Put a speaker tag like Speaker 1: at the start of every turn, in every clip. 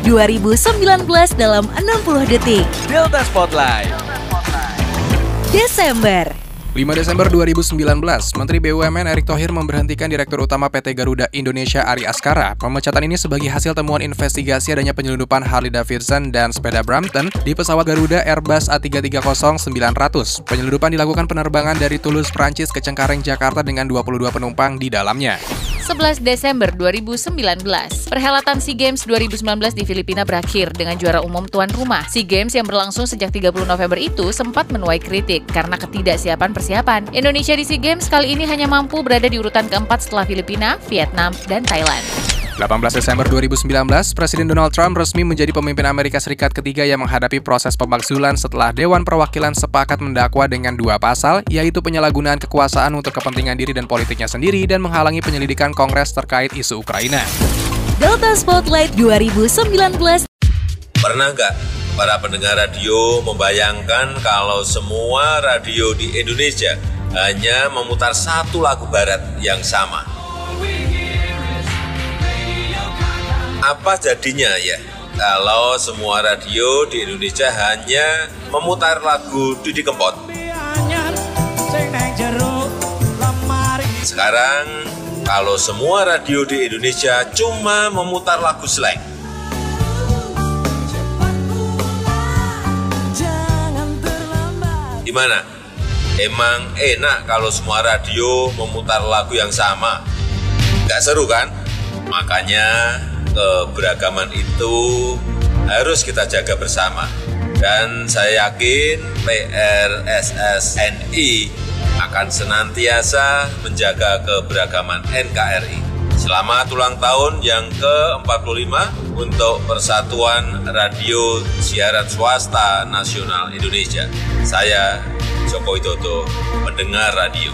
Speaker 1: 2019 dalam 60 detik.
Speaker 2: Delta Spotlight.
Speaker 1: Desember.
Speaker 3: 5 Desember 2019, Menteri BUMN Erick Thohir memberhentikan Direktur Utama PT Garuda Indonesia Ari Askara. Pemecatan ini sebagai hasil temuan investigasi adanya penyelundupan Harley Davidson dan sepeda Brampton di pesawat Garuda Airbus A330-900. Penyelundupan dilakukan penerbangan dari Toulouse, Prancis ke Cengkareng, Jakarta dengan 22 penumpang di dalamnya.
Speaker 4: 11 Desember 2019, perhelatan SEA Games 2019 di Filipina berakhir dengan juara umum tuan rumah. SEA Games yang berlangsung sejak 30 November itu sempat menuai kritik karena ketidaksiapan persiapan. Indonesia di SEA Games kali ini hanya mampu berada di urutan keempat setelah Filipina, Vietnam, dan Thailand.
Speaker 3: 18 Desember 2019, Presiden Donald Trump resmi menjadi pemimpin Amerika Serikat ketiga yang menghadapi proses pemakzulan setelah Dewan Perwakilan sepakat mendakwa dengan 2 pasal, yaitu penyalahgunaan kekuasaan untuk kepentingan diri dan politiknya sendiri dan menghalangi penyelidikan Kongres terkait isu Ukraina.
Speaker 1: Delta Spotlight 2019.
Speaker 5: Pernah nggak para pendengar radio membayangkan kalau semua radio di Indonesia hanya memutar satu lagu barat yang sama? Apa jadinya ya kalau semua radio di Indonesia hanya memutar lagu Didi Kempot? Sekarang kalau semua radio di Indonesia cuma memutar lagu slang. Gimana? Emang enak kalau semua radio memutar lagu yang sama? Gak seru kan? Makanya keberagaman itu harus kita jaga bersama. Dan saya yakin PRSSNI akan senantiasa menjaga keberagaman NKRI. Selamat ulang tahun yang ke-45 untuk Persatuan Radio Siaran Swasta Nasional Indonesia. Saya Joko Widodo, pendengar radio.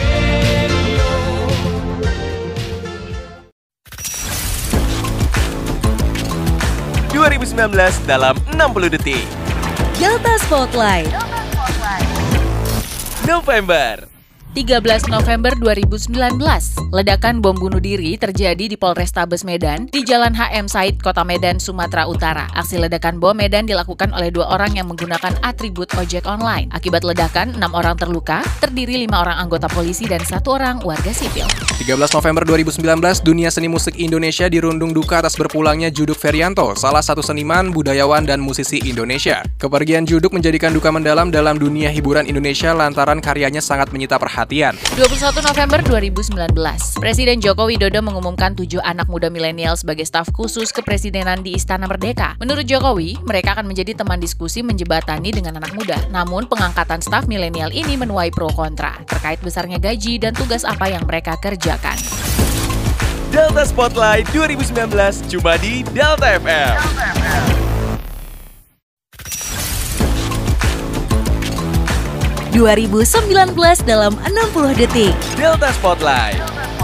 Speaker 2: dalam 60 detik.
Speaker 1: Delta Spotlight.
Speaker 2: November.
Speaker 4: 13 November 2019, ledakan bom bunuh diri terjadi di Polrestabes Medan di Jalan HM Said, Kota Medan, Sumatera Utara. Aksi ledakan bom Medan dilakukan oleh 2 orang yang menggunakan atribut ojek online. Akibat ledakan, 6 orang terluka, terdiri 5 orang anggota polisi dan 1 orang warga sipil.
Speaker 3: 13 November 2019, dunia seni musik Indonesia dirundung duka atas berpulangnya Juduk Ferianto, salah satu seniman, budayawan, dan musisi Indonesia. Kepergian Juduk menjadikan duka mendalam dalam dunia hiburan Indonesia lantaran karyanya sangat menyita perhatian.
Speaker 4: 21 November 2019, Presiden Joko Widodo mengumumkan 7 anak muda milenial sebagai staf khusus kepresidenan di Istana Merdeka. Menurut Jokowi, mereka akan menjadi teman diskusi menjebatani dengan anak muda. Namun, pengangkatan staf milenial ini menuai pro kontra terkait besarnya gaji dan tugas apa yang mereka kerjakan.
Speaker 2: Delta Spotlight 2019 cuma di Delta FM.
Speaker 1: 2019 dalam 60 detik.
Speaker 2: Delta Spotlight.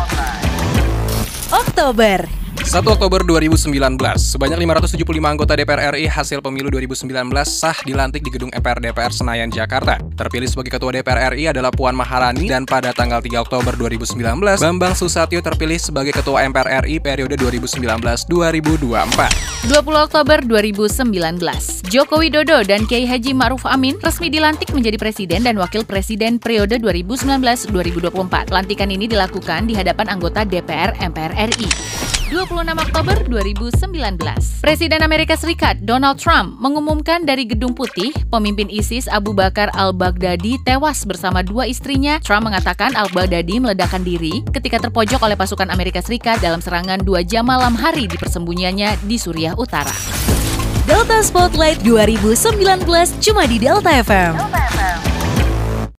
Speaker 1: Oktober.
Speaker 3: 1 Oktober 2019, sebanyak 575 anggota DPR RI hasil pemilu 2019 sah dilantik di gedung MPR DPR Senayan, Jakarta. Terpilih sebagai Ketua DPR RI adalah Puan Maharani dan pada tanggal 3 Oktober 2019, Bambang Susatyo terpilih sebagai Ketua MPR RI periode 2019-2024.
Speaker 4: 20 Oktober 2019, Joko Widodo dan Kiai Haji Ma'ruf Amin resmi dilantik menjadi Presiden dan Wakil Presiden periode 2019-2024. Pelantikan ini dilakukan di hadapan anggota DPR MPR RI. 26 Oktober 2019, Presiden Amerika Serikat Donald Trump mengumumkan dari Gedung Putih, pemimpin ISIS Abu Bakar al-Baghdadi tewas bersama 2 istrinya. Trump mengatakan al-Baghdadi meledakkan diri ketika terpojok oleh pasukan Amerika Serikat dalam serangan 2 jam malam hari di persembunyiannya di Suriah Utara.
Speaker 1: Delta Spotlight 2019 cuma di Delta FM.